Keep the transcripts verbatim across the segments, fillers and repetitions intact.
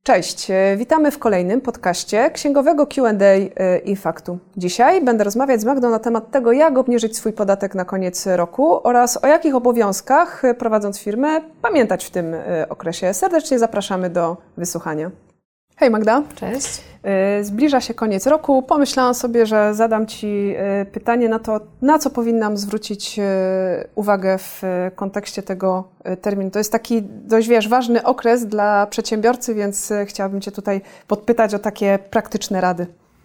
Cześć, witamy w kolejnym podcaście księgowego Q and A InFaktu. Dzisiaj będę rozmawiać z Magdą na temat tego, jak obniżyć swój podatek na koniec roku oraz o jakich obowiązkach, prowadząc firmę, pamiętać w tym okresie. Serdecznie zapraszamy do wysłuchania. Hej Magda. Cześć. Zbliża się koniec roku. Pomyślałam sobie, że zadam Ci pytanie na to, na co powinnam zwrócić uwagę w kontekście tego terminu. To jest taki dość, wiesz, ważny okres dla przedsiębiorcy, więc chciałabym Cię tutaj podpytać o takie praktyczne rady.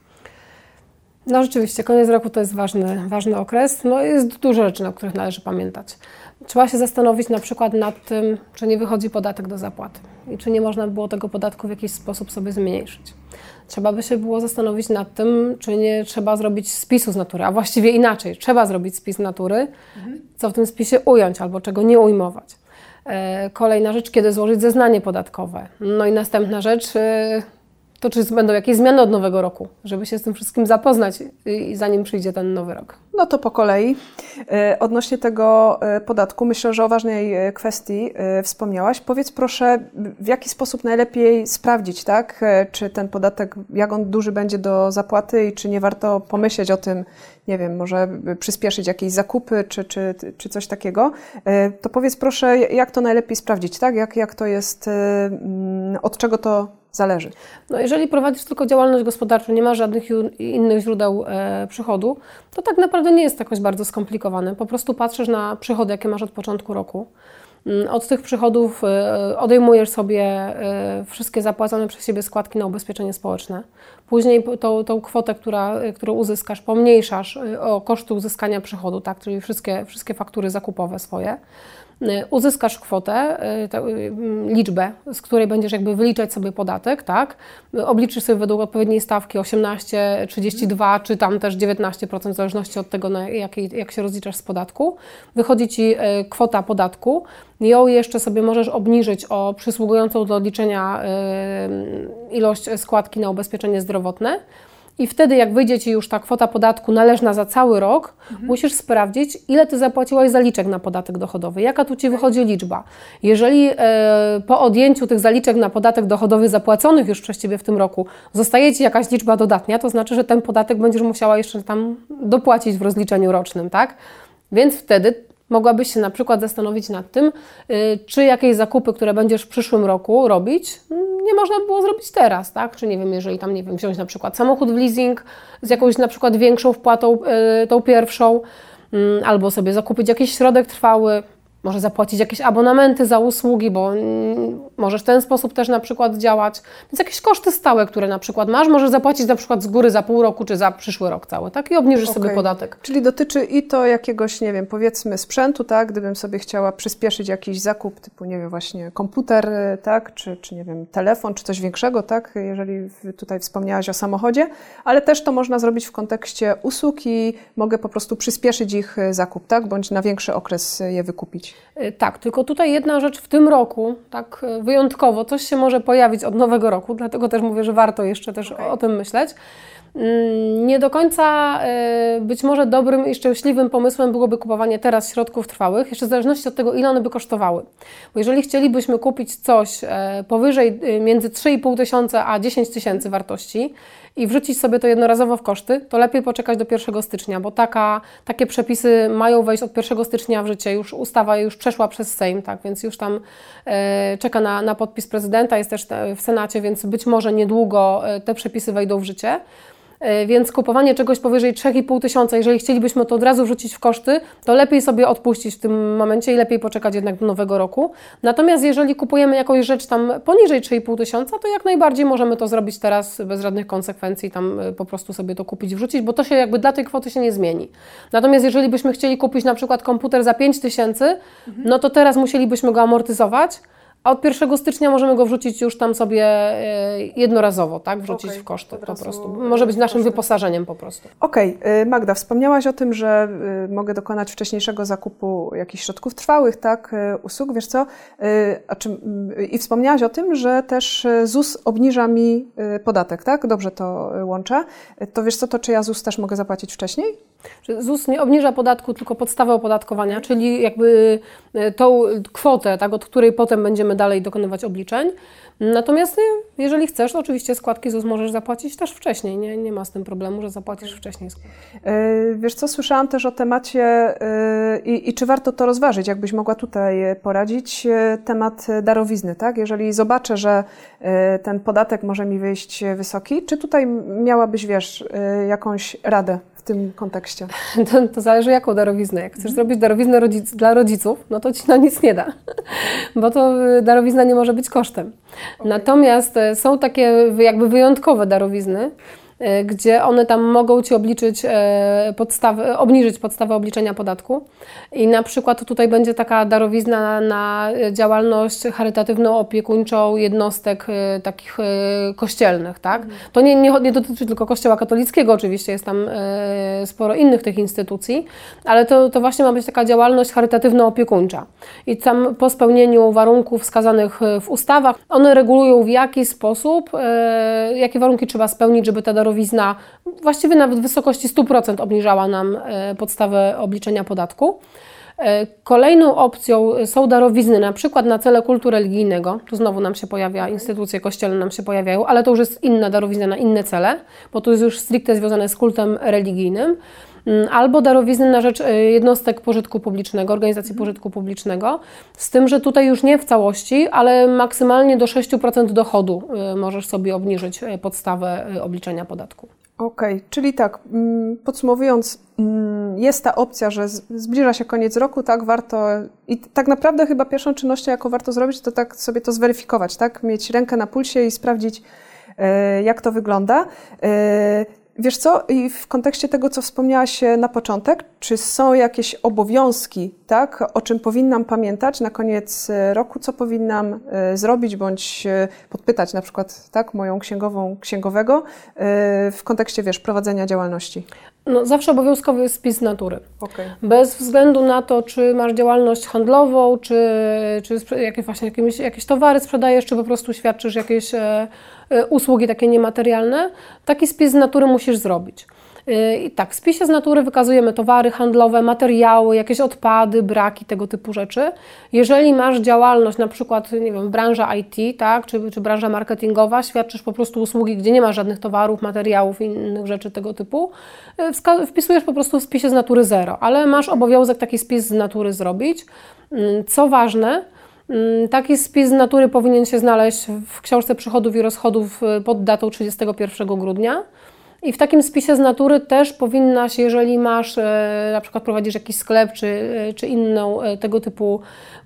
No rzeczywiście, koniec roku to jest ważny, ważny okres. No jest dużo rzeczy, o których należy pamiętać. Trzeba się zastanowić na przykład nad tym, czy nie wychodzi podatek do zapłaty i czy nie można było tego podatku w jakiś sposób sobie zmniejszyć. Trzeba by się było zastanowić nad tym, czy nie trzeba zrobić spisu z natury, a właściwie inaczej, trzeba zrobić spis natury, mhm. co w tym spisie ująć albo czego nie ujmować. Kolejna rzecz, kiedy złożyć zeznanie podatkowe. No i następna rzecz, to czy będą jakieś zmiany od nowego roku, żeby się z tym wszystkim zapoznać, zanim przyjdzie ten nowy rok. No to po kolei. Odnośnie tego podatku, myślę, że o ważnej kwestii wspomniałaś. Powiedz proszę, w jaki sposób najlepiej sprawdzić, tak? Czy ten podatek, jak on duży będzie do zapłaty i czy nie warto pomyśleć o tym, nie wiem, może przyspieszyć jakieś zakupy czy, czy, czy coś takiego. To powiedz proszę, jak to najlepiej sprawdzić, tak? Jak, jak to jest, od czego to zależy? No jeżeli prowadzisz tylko działalność gospodarczą, nie ma żadnych innych źródeł e, przychodu, to tak naprawdę nie jest jakoś bardzo skomplikowane. Po prostu patrzysz na przychody, jakie masz od początku roku. Od tych przychodów e, odejmujesz sobie e, wszystkie zapłacone przez siebie składki na ubezpieczenie społeczne. Później tą, tą kwotę, która, którą uzyskasz, pomniejszasz o koszty uzyskania przychodu, tak? Czyli wszystkie, wszystkie faktury zakupowe swoje. Uzyskasz kwotę, liczbę, z której będziesz jakby wyliczać sobie podatek, tak? Obliczysz sobie według odpowiedniej stawki osiemnaście, trzydzieści dwa czy tam też dziewiętnaście procent w zależności od tego, na jakiej, jak się rozliczasz z podatku. Wychodzi Ci kwota podatku, ją jeszcze sobie możesz obniżyć o przysługującą do odliczenia ilość składki na ubezpieczenie zdrowotne. I wtedy, jak wyjdzie Ci już ta kwota podatku należna za cały rok, mhm. musisz sprawdzić, ile Ty zapłaciłaś zaliczek na podatek dochodowy, jaka tu Ci wychodzi liczba. Jeżeli e, po odjęciu tych zaliczek na podatek dochodowy zapłaconych już przez Ciebie w tym roku zostaje Ci jakaś liczba dodatnia, to znaczy, że ten podatek będziesz musiała jeszcze tam dopłacić w rozliczeniu rocznym, tak? Więc wtedy mogłabyś się na przykład zastanowić nad tym, czy jakieś zakupy, które będziesz w przyszłym roku robić, nie można było zrobić teraz, tak? Czy nie wiem, jeżeli tam, nie wiem, wziąć na przykład samochód w leasing z jakąś na przykład większą wpłatą, tą pierwszą, albo sobie zakupić jakiś środek trwały, może zapłacić jakieś abonamenty za usługi, bo możesz w ten sposób też na przykład działać. Więc jakieś koszty stałe, które na przykład masz, możesz zapłacić na przykład z góry za pół roku, czy za przyszły rok cały, tak? I obniżysz okay. sobie podatek. Czyli dotyczy i to jakiegoś, nie wiem, powiedzmy sprzętu, tak? Gdybym sobie chciała przyspieszyć jakiś zakup typu, nie wiem, właśnie komputer, tak? Czy, czy nie wiem, telefon, czy coś większego, tak? Jeżeli tutaj wspomniałaś o samochodzie, ale też to można zrobić w kontekście usług i mogę po prostu przyspieszyć ich zakup, tak? Bądź na większy okres je wykupić. Tak, tylko tutaj jedna rzecz w tym roku, tak wyjątkowo, coś się może pojawić od nowego roku, dlatego też mówię, że warto jeszcze też okay. o, o tym myśleć. Nie do końca być może dobrym i szczęśliwym pomysłem byłoby kupowanie teraz środków trwałych, jeszcze w zależności od tego, ile one by kosztowały. Bo jeżeli chcielibyśmy kupić coś powyżej między trzy i pół tysiąca a dziesięć tysięcy wartości i wrzucić sobie to jednorazowo w koszty, to lepiej poczekać do pierwszego stycznia, bo taka, takie przepisy mają wejść od pierwszego stycznia w życie. Już ustawa już przeszła przez Sejm, tak, więc już tam e, czeka na, na podpis prezydenta, jest też w Senacie, więc być może niedługo te przepisy wejdą w życie. Więc kupowanie czegoś powyżej trzy i pół tysiąca, jeżeli chcielibyśmy to od razu wrzucić w koszty, to lepiej sobie odpuścić w tym momencie i lepiej poczekać jednak do nowego roku. Natomiast jeżeli kupujemy jakąś rzecz tam poniżej trzy i pół tysiąca, to jak najbardziej możemy to zrobić teraz bez żadnych konsekwencji, tam po prostu sobie to kupić, wrzucić, bo to się jakby dla tej kwoty się nie zmieni. Natomiast jeżeli byśmy chcieli kupić na przykład komputer za pięć tysięcy, mhm. no to teraz musielibyśmy go amortyzować, a od pierwszego stycznia możemy go wrzucić już tam sobie jednorazowo, tak? Wrzucić okay, w koszty po prostu. Może być naszym wyposażeniem po prostu. Okej, okay. Magda, wspomniałaś o tym, że mogę dokonać wcześniejszego zakupu jakichś środków trwałych, tak? Usług, wiesz co? A czy, I wspomniałaś o tym, że też Z U S obniża mi podatek, tak? Dobrze to łączę. To wiesz co, to czy ja Z U S też mogę zapłacić wcześniej? ZUS nie obniża podatku, tylko podstawę opodatkowania, czyli jakby tą kwotę, tak, od której potem będziemy dalej dokonywać obliczeń. Natomiast jeżeli chcesz, to oczywiście składki ZUS możesz zapłacić też wcześniej. Nie, nie ma z tym problemu, że zapłacisz wcześniej. Wiesz co, słyszałam też o temacie i, i czy warto to rozważyć, jakbyś mogła tutaj poradzić, temat darowizny, tak? Jeżeli zobaczę, że ten podatek może mi wyjść wysoki, czy tutaj miałabyś, wiesz, jakąś radę w tym kontekście? To, to zależy jaką darowiznę. Jak chcesz zrobić darowiznę rodzic, dla rodziców, no to ci na nic nie da, bo to darowizna nie może być kosztem. Okay. Natomiast są takie jakby wyjątkowe darowizny, gdzie one tam mogą Ci obliczyć podstawę, obniżyć podstawę obliczenia podatku. I na przykład tutaj będzie taka darowizna na działalność charytatywno-opiekuńczą jednostek takich kościelnych, tak? To nie, nie, nie dotyczy tylko Kościoła katolickiego, oczywiście jest tam sporo innych tych instytucji, ale to, to właśnie ma być taka działalność charytatywno-opiekuńcza. I tam po spełnieniu warunków wskazanych w ustawach, one regulują w jaki sposób, jakie warunki trzeba spełnić, żeby ta darowizna właściwie nawet w wysokości stu procent obniżała nam podstawę obliczenia podatku. Kolejną opcją są darowizny na przykład na cele kultu religijnego. Tu znowu nam się pojawia, instytucje kościelne nam się pojawiają, ale to już jest inna darowizna na inne cele, bo to jest już stricte związane z kultem religijnym. Albo darowizny na rzecz jednostek pożytku publicznego, organizacji pożytku publicznego, z tym, że tutaj już nie w całości, ale maksymalnie do sześciu procent dochodu możesz sobie obniżyć podstawę obliczenia podatku. Okej, okay, czyli tak, podsumowując, jest ta opcja, że zbliża się koniec roku, tak, warto i tak naprawdę chyba pierwszą czynnością, jaką warto zrobić, to tak sobie to zweryfikować, tak, mieć rękę na pulsie i sprawdzić, jak to wygląda. Wiesz co, i w kontekście tego, co wspomniałaś na początek, czy są jakieś obowiązki, tak, o czym powinnam pamiętać na koniec roku, co powinnam zrobić, bądź podpytać na przykład, tak, moją księgową, księgowego w kontekście, wiesz, prowadzenia działalności? No, zawsze obowiązkowy jest spis natury. Okay. Bez względu na to, czy masz działalność handlową, czy, czy jakieś, właśnie jakieś, jakieś towary sprzedajesz, czy po prostu świadczysz jakieś e, e, usługi takie niematerialne, taki spis z natury musisz zrobić. I tak, w spisie z natury wykazujemy towary handlowe, materiały, jakieś odpady, braki, tego typu rzeczy. Jeżeli masz działalność, na przykład, nie wiem, branża I T, tak, czy, czy branża marketingowa, świadczysz po prostu usługi, gdzie nie ma żadnych towarów, materiałów i innych rzeczy tego typu, wpisujesz po prostu w spisie z natury zero, ale masz obowiązek taki spis z natury zrobić. Co ważne, taki spis z natury powinien się znaleźć w książce przychodów i rozchodów pod datą trzydziestego pierwszego grudnia. I w takim spisie z natury też powinnaś, jeżeli masz, na przykład prowadzisz jakiś sklep czy, czy inną tego typu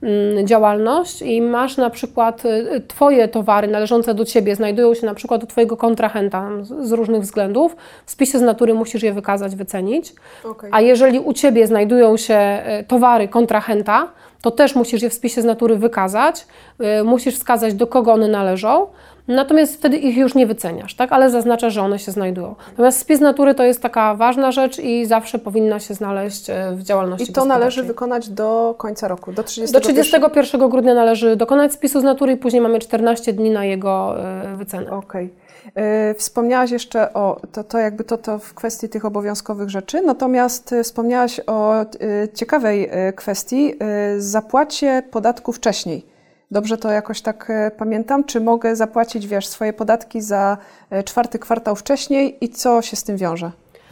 działalność i masz na przykład Twoje towary należące do Ciebie, znajdują się na przykład u Twojego kontrahenta z różnych względów, w spisie z natury musisz je wykazać, wycenić. Okay. A jeżeli u Ciebie znajdują się towary kontrahenta, to też musisz je w spisie z natury wykazać, musisz wskazać, do kogo one należą. Natomiast wtedy ich już nie wyceniasz, tak? Ale zaznaczasz, że one się znajdują. Natomiast spis natury to jest taka ważna rzecz i zawsze powinna się znaleźć w działalności I to należy wykonać do końca roku, do trzydziestego pierwszego? Do trzydziestego pierwszego grudnia należy dokonać spisu z natury i później mamy czternaście dni na jego wycenę. Okej. Okay. Wspomniałaś jeszcze o, to, to jakby to, to w kwestii tych obowiązkowych rzeczy, natomiast wspomniałaś o ciekawej kwestii, zapłacie podatku wcześniej. Dobrze to jakoś tak pamiętam? Czy mogę zapłacić, wiesz, swoje podatki za czwarty kwartał wcześniej i co się z tym wiąże?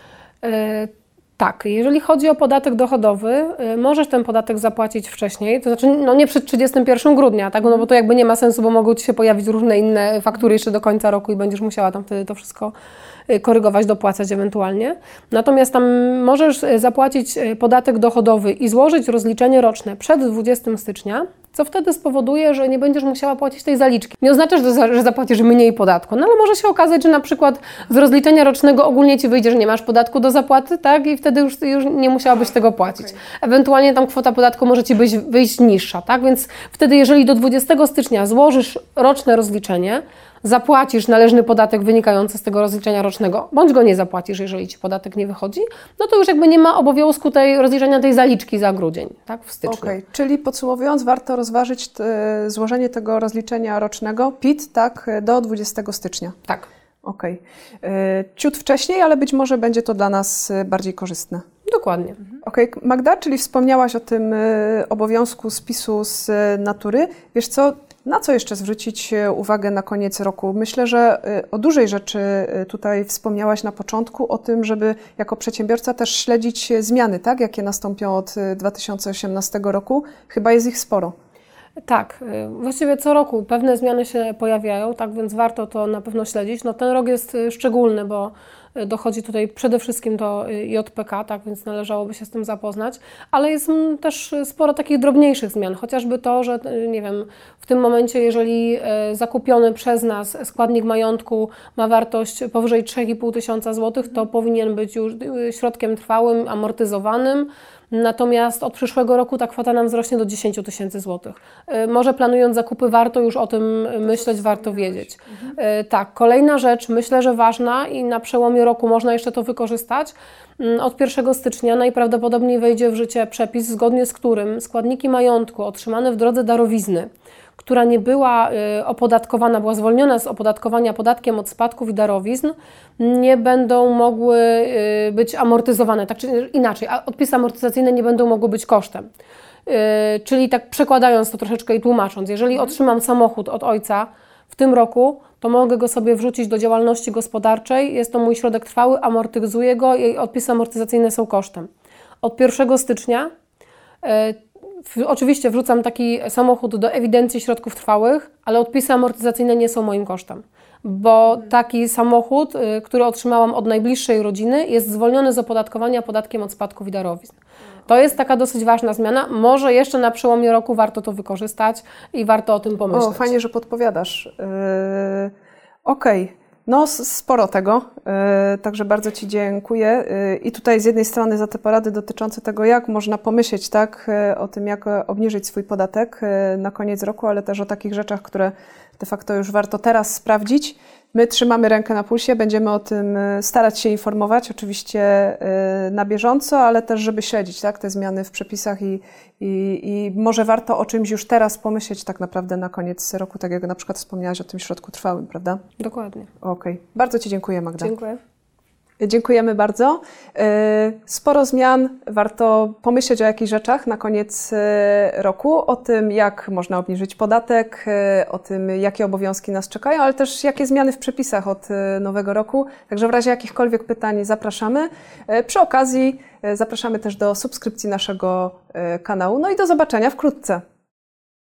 E, tak, jeżeli chodzi o podatek dochodowy, możesz ten podatek zapłacić wcześniej, to znaczy no nie przed trzydziestego pierwszego grudnia, tak? No bo to jakby nie ma sensu, bo mogą Ci się pojawić różne inne faktury jeszcze do końca roku i będziesz musiała tam wtedy to wszystko korygować, dopłacać ewentualnie. Natomiast tam możesz zapłacić podatek dochodowy i złożyć rozliczenie roczne przed dwudziestego stycznia, co wtedy spowoduje, że nie będziesz musiała płacić tej zaliczki. Nie oznacza, że zapłacisz mniej podatku, no ale może się okazać, że na przykład z rozliczenia rocznego ogólnie Ci wyjdzie, że nie masz podatku do zapłaty, tak? I wtedy już, już nie musiałabyś tego płacić. Okay. Ewentualnie tam kwota podatku może Ci wyjść, wyjść niższa, tak? Więc wtedy, jeżeli do dwudziestego stycznia złożysz roczne rozliczenie, zapłacisz należny podatek wynikający z tego rozliczenia rocznego, bądź go nie zapłacisz, jeżeli Ci podatek nie wychodzi, no to już jakby nie ma obowiązku tej rozliczenia tej zaliczki za grudzień, tak, w styczniu. Okej, okay. Czyli podsumowując, warto rozważyć te, złożenie tego rozliczenia rocznego P I T, tak, do dwudziestego stycznia. Tak. Okej. Okay. Ciut wcześniej, ale być może będzie to dla nas bardziej korzystne. Dokładnie. Okej, okay. Magda, czyli wspomniałaś o tym obowiązku spisu z natury. Wiesz co, na co jeszcze zwrócić uwagę na koniec roku? Myślę, że o dużej rzeczy tutaj wspomniałaś na początku, o tym, żeby jako przedsiębiorca też śledzić zmiany, tak, jakie nastąpią od dwa tysiące osiemnastego roku. Chyba jest ich sporo. Tak, właściwie co roku pewne zmiany się pojawiają, tak więc warto to na pewno śledzić. No ten rok jest szczególny, bo dochodzi tutaj przede wszystkim do J P K, tak więc należałoby się z tym zapoznać, ale jest też sporo takich drobniejszych zmian, chociażby to, że nie wiem, w tym momencie, jeżeli zakupiony przez nas składnik majątku ma wartość powyżej trzy i pół tysiąca złotych, to powinien być już środkiem trwałym, amortyzowanym. Natomiast od przyszłego roku ta kwota nam wzrośnie do dziesięć tysięcy złotych. Może planując zakupy warto już o tym myśleć, warto wiedzieć. Mhm. Tak, kolejna rzecz, myślę, że ważna i na przełomie roku można jeszcze to wykorzystać. Od pierwszego stycznia najprawdopodobniej wejdzie w życie przepis, zgodnie z którym składniki majątku otrzymane w drodze darowizny, która nie była opodatkowana, była zwolniona z opodatkowania podatkiem od spadków i darowizn, nie będą mogły być amortyzowane, tak czy inaczej, a odpisy amortyzacyjne nie będą mogły być kosztem. Czyli tak przekładając to troszeczkę i tłumacząc, jeżeli otrzymam samochód od ojca w tym roku, to mogę go sobie wrzucić do działalności gospodarczej, jest to mój środek trwały, amortyzuję go i odpisy amortyzacyjne są kosztem. Od pierwszego stycznia oczywiście wrzucam taki samochód do ewidencji środków trwałych, ale odpisy amortyzacyjne nie są moim kosztem, bo taki samochód, który otrzymałam od najbliższej rodziny, jest zwolniony z opodatkowania podatkiem od spadków i darowizn. To jest taka dosyć ważna zmiana. Może jeszcze na przełomie roku warto to wykorzystać i warto o tym pomyśleć. O, fajnie, że podpowiadasz. Yy, Okej. Okay. No, sporo tego, yy, także bardzo Ci dziękuję. Yy, I tutaj z jednej strony za te porady dotyczące tego, jak można pomyśleć, tak, yy, o tym, jak obniżyć swój podatek yy, na koniec roku, ale też o takich rzeczach, które de facto już warto teraz sprawdzić. My trzymamy rękę na pulsie, będziemy o tym starać się informować, oczywiście na bieżąco, ale też, żeby śledzić, tak, te zmiany w przepisach i, i, i może warto o czymś już teraz pomyśleć tak naprawdę na koniec roku, tak jak na przykład wspomniałaś o tym środku trwałym, prawda? Dokładnie. Okej. Okay. Bardzo Ci dziękuję, Magda. Dziękuję. Dziękujemy bardzo. Sporo zmian, warto pomyśleć o jakichś rzeczach na koniec roku, o tym, jak można obniżyć podatek, o tym, jakie obowiązki nas czekają, ale też jakie zmiany w przepisach od nowego roku. Także w razie jakichkolwiek pytań zapraszamy. Przy okazji zapraszamy też do subskrypcji naszego kanału. No i do zobaczenia wkrótce.